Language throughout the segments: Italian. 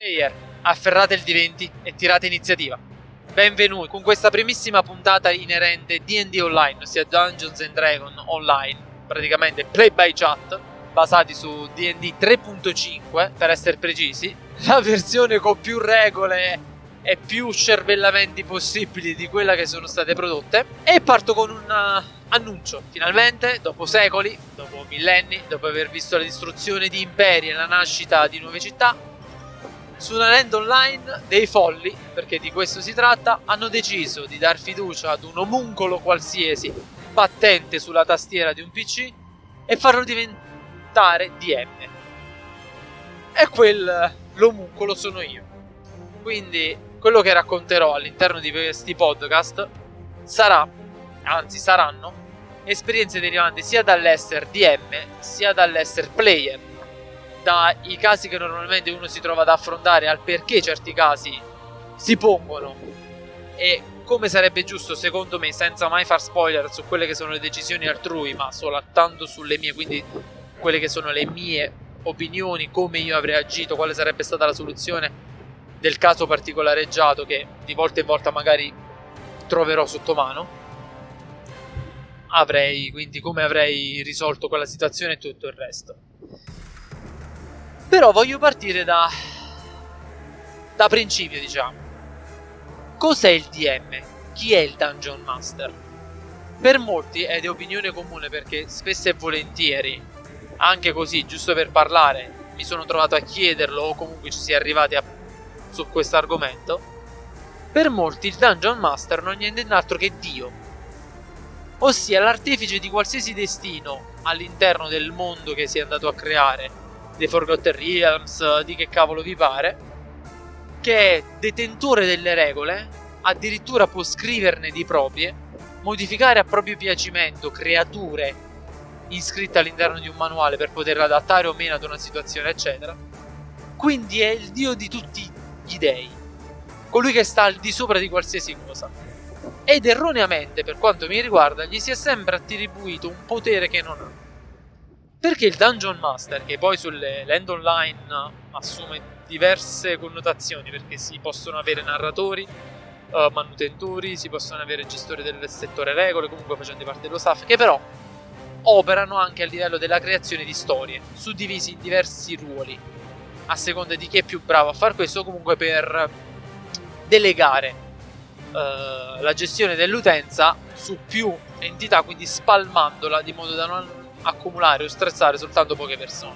Player, afferrate il D20 e tirate iniziativa. Benvenuti con questa primissima puntata inerente D&D Online, ossia Dungeons and Dragons Online, praticamente play by chat, basati su D&D 3.5 per essere precisi, la versione con più regole e più scervellamenti possibili di quella che sono state prodotte. E parto con un annuncio. Finalmente, dopo secoli, dopo millenni, dopo aver visto la distruzione di imperi e la nascita di nuove città, su una land online dei folli, perché di questo si tratta, hanno deciso di dar fiducia ad un omuncolo qualsiasi battente sulla tastiera di un PC e farlo diventare DM. E l'omuncolo sono io. Quindi quello che racconterò all'interno di questi podcast saranno esperienze derivanti sia dall'essere DM sia dall'essere player, dai casi che normalmente uno si trova ad affrontare al perché certi casi si pongono e come sarebbe giusto secondo me, senza mai far spoiler su quelle che sono le decisioni altrui, ma soltanto sulle mie, quindi quelle che sono le mie opinioni, come io avrei agito, quale sarebbe stata la soluzione del caso particolareggiato che di volta in volta magari troverò sotto mano. Quindi come avrei risolto quella situazione e tutto il resto. Però voglio partire da principio, diciamo. Cos'è il DM? Chi è il Dungeon Master? Per molti è di opinione comune, perché spesso e volentieri, anche così, giusto per parlare, mi sono trovato a chiederlo o comunque ci si è arrivati su questo argomento. Per molti il Dungeon Master non è nient'altro che Dio, ossia l'artefice di qualsiasi destino all'interno del mondo che si è andato a creare, dei Forgotten Realms, di che cavolo vi pare, che è detentore delle regole, addirittura può scriverne di proprie, modificare a proprio piacimento creature iscritte all'interno di un manuale per poterle adattare o meno ad una situazione, eccetera. Quindi è il dio di tutti gli dei, colui che sta al di sopra di qualsiasi cosa. Ed erroneamente, per quanto mi riguarda, gli si è sempre attribuito un potere che non ha. Perché il Dungeon Master, che poi sulle land online assume diverse connotazioni, perché si possono avere narratori, manutentori, si possono avere gestori del settore regole, comunque facendo parte dello staff, che però operano anche a livello della creazione di storie, suddivisi in diversi ruoli, a seconda di chi è più bravo a far questo, comunque per delegare la gestione dell'utenza su più entità, quindi spalmandola di modo da non accumulare o stressare soltanto poche persone.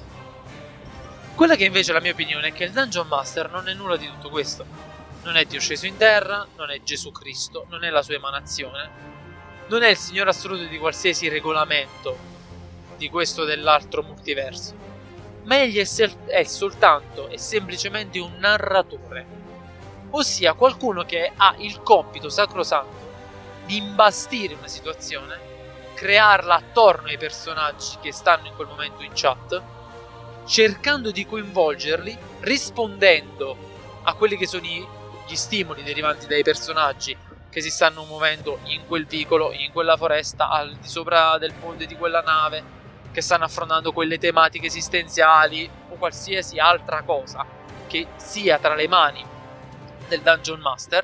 Quella che invece è la mia opinione è che il Dungeon Master non è nulla di tutto questo. Non è Dio sceso in terra, non è Gesù Cristo, non è la sua emanazione, non è il signore assoluto di qualsiasi regolamento di questo o dell'altro multiverso, ma egli è soltanto e semplicemente un narratore, ossia qualcuno che ha il compito sacrosanto di imbastire una situazione, crearla attorno ai personaggi che stanno in quel momento in chat, cercando di coinvolgerli, rispondendo a quelli che sono gli stimoli derivanti dai personaggi che si stanno muovendo in quel vicolo, in quella foresta, al di sopra del ponte di quella nave, che stanno affrontando quelle tematiche esistenziali o qualsiasi altra cosa che sia tra le mani del Dungeon Master.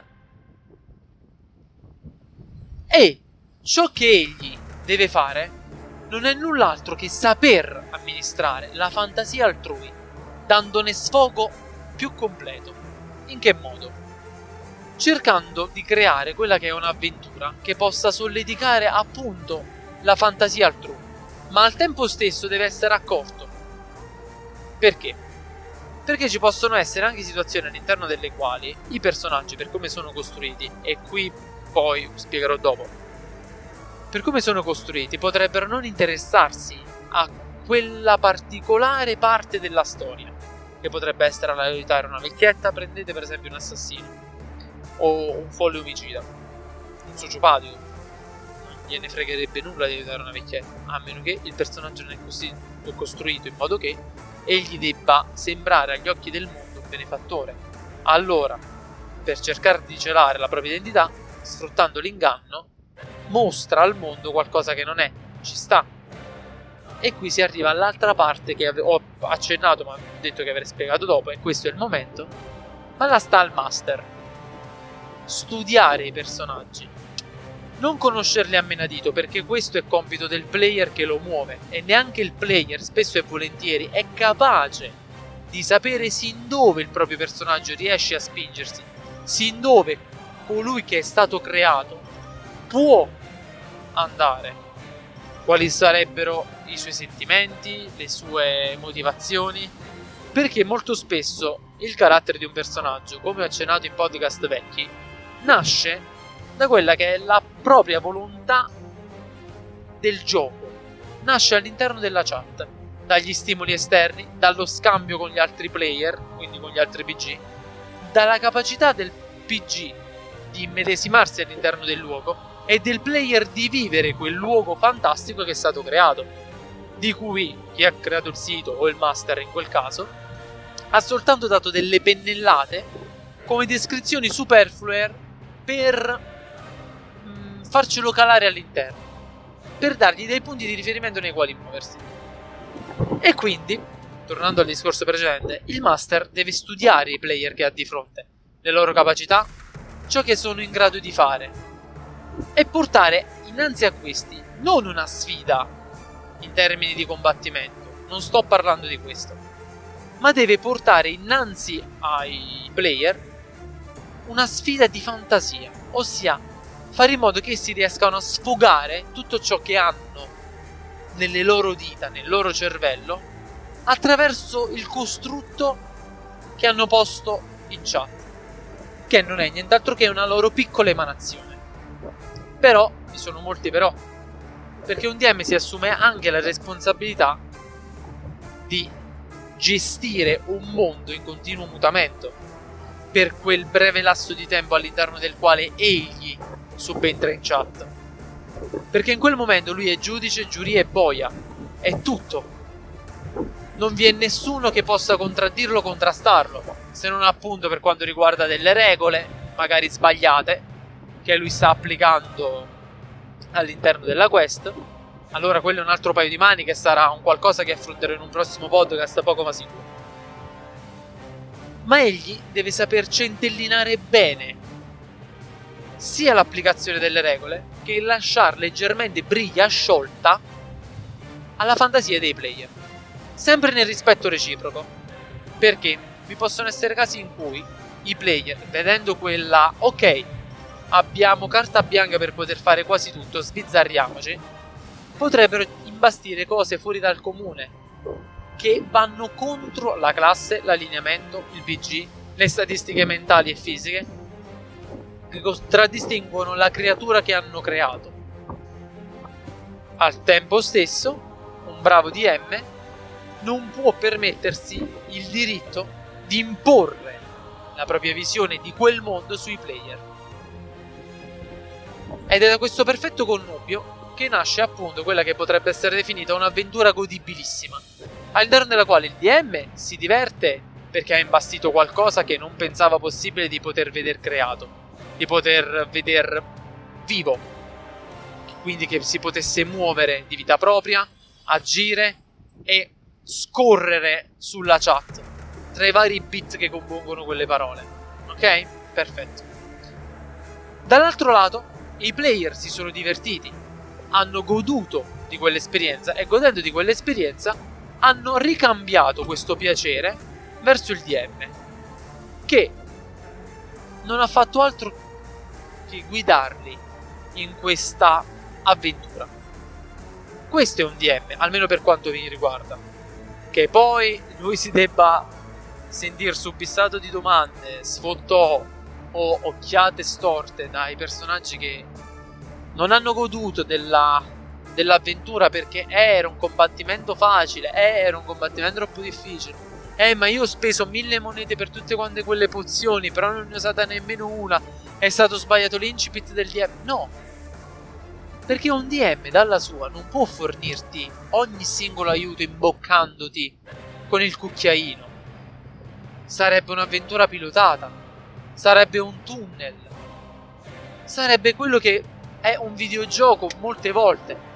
E ciò che egli deve fare non è null'altro che saper amministrare la fantasia altrui, dandone sfogo più completo. In che modo? Cercando di creare quella che è un'avventura che possa solleticare appunto la fantasia altrui, ma al tempo stesso deve essere accorto. Perché? Perché ci possono essere anche situazioni all'interno delle quali i personaggi, per come sono costruiti, e qui poi spiegherò dopo, per come sono costruiti, potrebbero non interessarsi a quella particolare parte della storia, che potrebbe essere l'aiutare una vecchietta. Prendete per esempio un assassino o un folle omicida, un sociopatico, non gliene fregherebbe nulla di aiutare una vecchietta, a meno che il personaggio non è costruito in modo che egli debba sembrare agli occhi del mondo un benefattore. Allora, per cercare di celare la propria identità, sfruttando l'inganno, mostra al mondo qualcosa che non è, ci sta. E qui si arriva all'altra parte che ho accennato, ma ho detto che avrei spiegato dopo, e questo è il momento. Ma là sta il master. Studiare i personaggi. Non conoscerli a menadito, perché questo è compito del player che lo muove, e neanche il player, spesso e volentieri, è capace di sapere sin dove il proprio personaggio riesce a spingersi, sin dove colui che è stato creato può andare, quali sarebbero i suoi sentimenti, le sue motivazioni, perché molto spesso il carattere di un personaggio, come ho accennato in podcast vecchi, nasce da quella che è la propria volontà del gioco, nasce all'interno della chat, dagli stimoli esterni, dallo scambio con gli altri player, quindi con gli altri PG, dalla capacità del PG di immedesimarsi all'interno del luogo e del player di vivere quel luogo fantastico che è stato creato, di cui chi ha creato il sito o il master in quel caso ha soltanto dato delle pennellate come descrizioni superflue per farcelo calare all'interno, per dargli dei punti di riferimento nei quali muoversi. E quindi, tornando al discorso precedente, il master deve studiare i player che ha di fronte, le loro capacità, ciò che sono in grado di fare, e portare innanzi a questi non una sfida in termini di combattimento, non sto parlando di questo, ma deve portare innanzi ai player una sfida di fantasia, ossia fare in modo che essi riescano a sfogare tutto ciò che hanno nelle loro dita, nel loro cervello, attraverso il costrutto che hanno posto in chat, che non è nient'altro che una loro piccola emanazione. Però, vi sono molti però, perché un DM si assume anche la responsabilità di gestire un mondo in continuo mutamento per quel breve lasso di tempo all'interno del quale egli subentra in chat, perché in quel momento lui è giudice, giuria e boia, è tutto, non vi è nessuno che possa contraddirlo o contrastarlo, se non appunto per quanto riguarda delle regole magari sbagliate che lui sta applicando all'interno della quest. Allora quello è un altro paio di maniche, sarà un qualcosa che affronterò in un prossimo podcast poco ma sicuro. Ma egli deve saper centellinare bene sia l'applicazione delle regole che lasciar leggermente briglia sciolta alla fantasia dei player, sempre nel rispetto reciproco, perché vi possono essere casi in cui i player, vedendo quella ok, abbiamo carta bianca per poter fare quasi tutto, sbizzarriamoci, potrebbero imbastire cose fuori dal comune che vanno contro la classe, l'allineamento, il PG, le statistiche mentali e fisiche che contraddistinguono la creatura che hanno creato. Al tempo stesso, un bravo DM non può permettersi il diritto di imporre la propria visione di quel mondo sui player. Ed è da questo perfetto connubio che nasce appunto quella che potrebbe essere definita un'avventura godibilissima, all'interno della quale il DM si diverte perché ha imbastito qualcosa che non pensava possibile di poter veder creato, di poter veder vivo, quindi che si potesse muovere di vita propria, agire e scorrere sulla chat tra i vari bit che compongono quelle parole. Ok? Perfetto. Dall'altro lato, i player si sono divertiti, hanno goduto di quell'esperienza e godendo di quell'esperienza hanno ricambiato questo piacere verso il DM, che non ha fatto altro che guidarli in questa avventura. Questo è un DM, almeno per quanto vi riguarda. Che poi lui si debba sentir subissato di domande, sfottò o occhiate storte dai personaggi che non hanno goduto dell'avventura perché era un combattimento facile, era un combattimento troppo difficile. Ma io ho speso 1000 monete per tutte quante quelle pozioni, però non ne ho usata nemmeno una. È stato sbagliato l'incipit del DM. No, perché un DM dalla sua non può fornirti ogni singolo aiuto imboccandoti con il cucchiaino. Sarebbe un'avventura pilotata, sarebbe un tunnel, sarebbe quello che è un videogioco molte volte.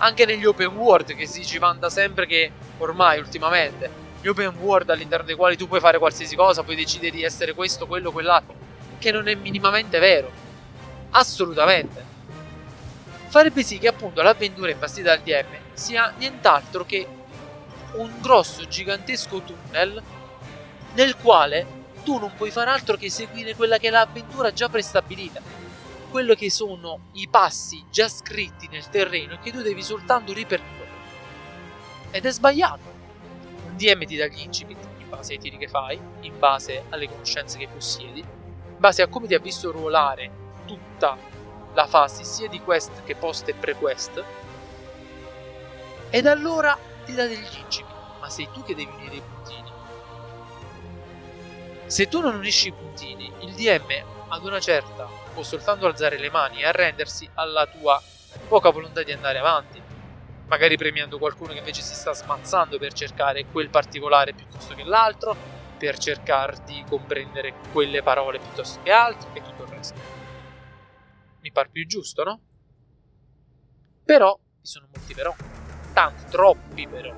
Anche negli open world, che si ci vanta sempre, che ormai ultimamente gli open world all'interno dei quali tu puoi fare qualsiasi cosa, puoi decidere di essere questo, quello, quell'altro, che non è minimamente vero, assolutamente. Farebbe sì che appunto l'avventura imbastita dal DM sia nient'altro che un grosso gigantesco tunnel nel quale tu non puoi fare altro che seguire quella che è l'avventura già prestabilita, quello che sono i passi già scritti nel terreno e che tu devi soltanto ripercorrere. Ed è sbagliato. Un DM ti dà gli incipit in base ai tiri che fai, in base alle conoscenze che possiedi, in base a come ti ha visto ruolare tutta la fase sia di quest che post e pre-quest, ed allora ti dà degli incipit, ma sei tu che devi unire i puntini. Se tu non unisci i puntini, il DM ad una certa può soltanto alzare le mani e arrendersi alla tua poca volontà di andare avanti, magari premiando qualcuno che invece si sta smazzando per cercare quel particolare piuttosto che l'altro, per cercare di comprendere quelle parole piuttosto che altre e tutto il resto. Mi par più giusto, no? Però vi sono molti però, tanti, troppi però.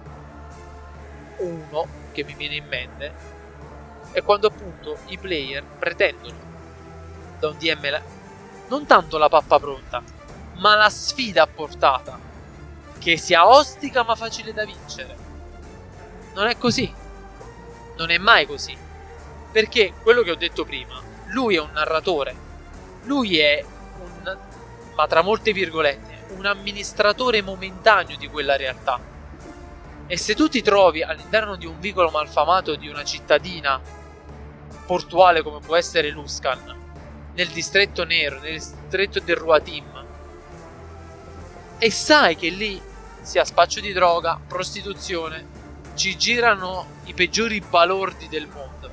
Uno che mi viene in mente è quando appunto i player pretendono da un DM non tanto la pappa pronta, ma la sfida a portata, che sia ostica ma facile da vincere. Non è così, non è mai così, perché quello che ho detto prima, lui è un narratore, lui è un, ma tra molte virgolette, un amministratore momentaneo di quella realtà. E se tu ti trovi all'interno di un vicolo malfamato di una cittadina portuale come può essere Luskan, nel distretto nero, nel distretto del Ruatim, e sai che lì sia spaccio di droga, prostituzione, ci girano i peggiori balordi del mondo,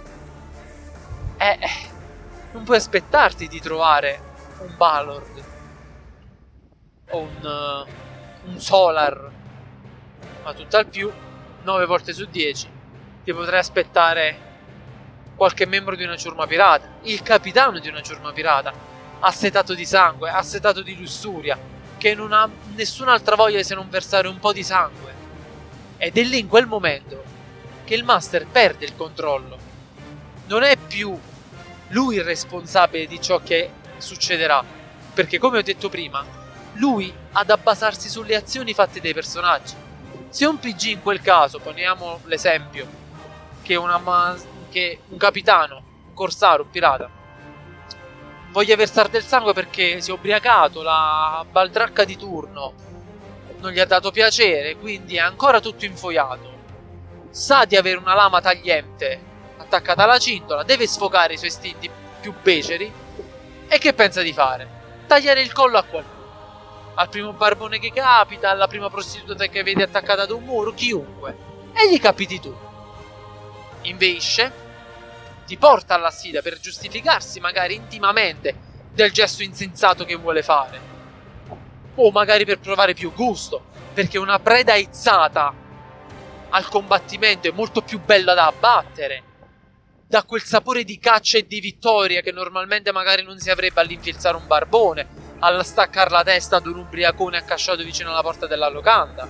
non puoi aspettarti di trovare un Balord o un Solar, ma tutt'al più 9 volte su 10 ti potrai aspettare qualche membro di una ciurma pirata, il capitano di una ciurma pirata, assetato di sangue, assetato di lussuria, che non ha nessun'altra voglia se non versare un po' di sangue. Ed è lì, in quel momento, che il master perde il controllo. Non è più lui il responsabile di ciò che succederà, perché come ho detto prima, lui ha da basarsi sulle azioni fatte dai personaggi. Se un PG in quel caso, poniamo l'esempio, che un capitano, un corsaro, un pirata, voglia versare del sangue perché si è ubriacato, la baldracca di turno non gli ha dato piacere, quindi è ancora tutto infoiato, sa di avere una lama tagliente attaccata alla cintola, deve sfogare i suoi istinti più beceri, e che pensa di fare? Tagliare il collo a qualcuno, al primo barbone che capita, alla prima prostituta che vedi attaccata ad un muro, chiunque, e gli capiti tu. Invece ti porta alla sfida per giustificarsi magari intimamente del gesto insensato che vuole fare, o magari per provare più gusto, perché una preda aizzata al combattimento è molto più bella da abbattere, dà quel sapore di caccia e di vittoria che normalmente magari non si avrebbe all'infilzare un barbone, alla staccare la testa ad un ubriacone accasciato vicino alla porta della locanda.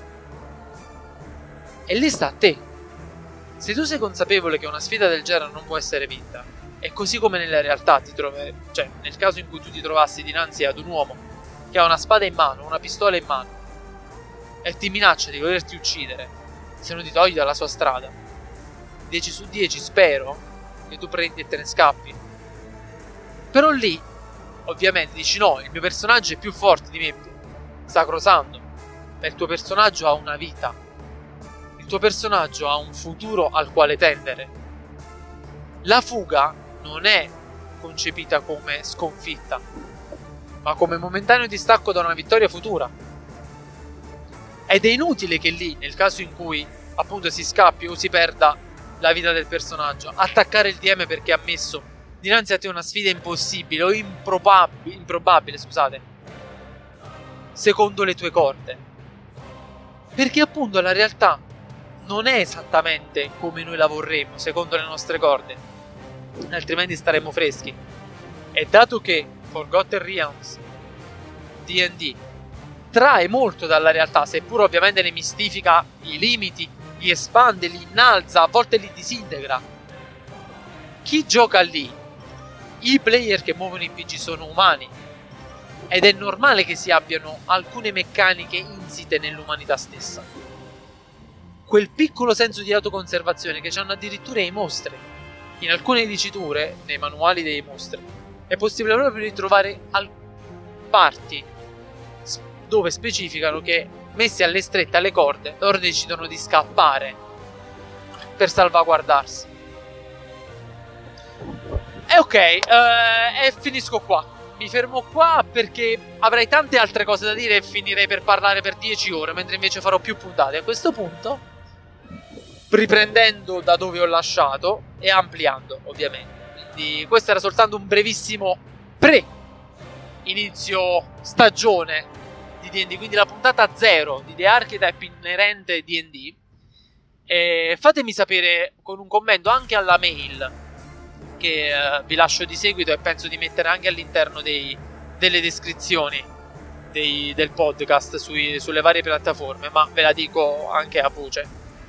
E lì sta a te. Se tu sei consapevole che una sfida del genere non può essere vinta, e così come nella realtà ti trovi, cioè nel caso in cui tu ti trovassi dinanzi ad un uomo che ha una spada in mano, una pistola in mano, e ti minaccia di volerti uccidere se non ti togli dalla sua strada, 10 su 10 spero che tu prendi e te ne scappi. Però lì ovviamente dici no, il mio personaggio è più forte di me, sacrosanto, ma il tuo personaggio ha una vita, il tuo personaggio ha un futuro al quale tendere. La fuga non è concepita come sconfitta, ma come momentaneo distacco da una vittoria futura. Ed è inutile che lì, nel caso in cui appunto si scappi o si perda la vita del personaggio, attaccare il DM perché ha messo dinanzi a te una sfida impossibile o improbabile, scusate, secondo le tue corde. Perché appunto la realtà non è esattamente come noi la vorremmo, secondo le nostre corde, altrimenti staremmo freschi. E dato che Forgotten Realms, D&D, trae molto dalla realtà, seppur ovviamente ne mistifica i limiti, li espande, li innalza, a volte li disintegra. Chi gioca lì, i player che muovono i PG sono umani ed è normale che si abbiano alcune meccaniche insite nell'umanità stessa. Quel piccolo senso di autoconservazione che hanno addirittura i mostri. In alcune diciture, nei manuali dei mostri, è possibile proprio ritrovare parti dove specificano che, messi alle strette alle corde, loro decidono di scappare per salvaguardarsi. E ok, e finisco qua. Mi fermo qua perché avrei tante altre cose da dire e finirei per parlare per 10 ore, mentre invece farò più puntate. A questo punto, riprendendo da dove ho lasciato e ampliando, ovviamente. Quindi questo era soltanto un brevissimo inizio stagione di D&D, quindi la puntata 0 di The Archetype inerente D&D. E fatemi sapere con un commento anche alla mail che vi lascio di seguito e penso di mettere anche all'interno delle descrizioni del podcast sulle varie piattaforme, ma ve la dico anche a voce: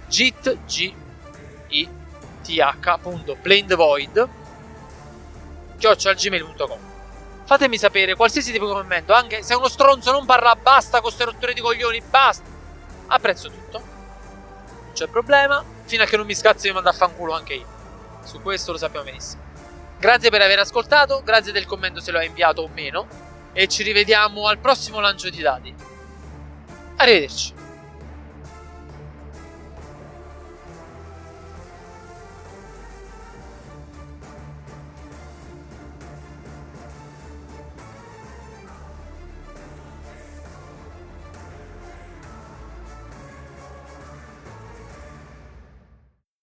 git.plainthevoid@gmail.com. Fatemi sapere qualsiasi tipo di commento, anche se uno stronzo non parla, basta con queste rotture di coglioni, basta. Apprezzo tutto, non c'è problema, fino a che non mi scazzo di mandare a fanculo anche io. Su questo lo sappiamo benissimo. Grazie per aver ascoltato, grazie del commento se lo hai inviato o meno, e ci rivediamo al prossimo lancio di dadi. Arrivederci.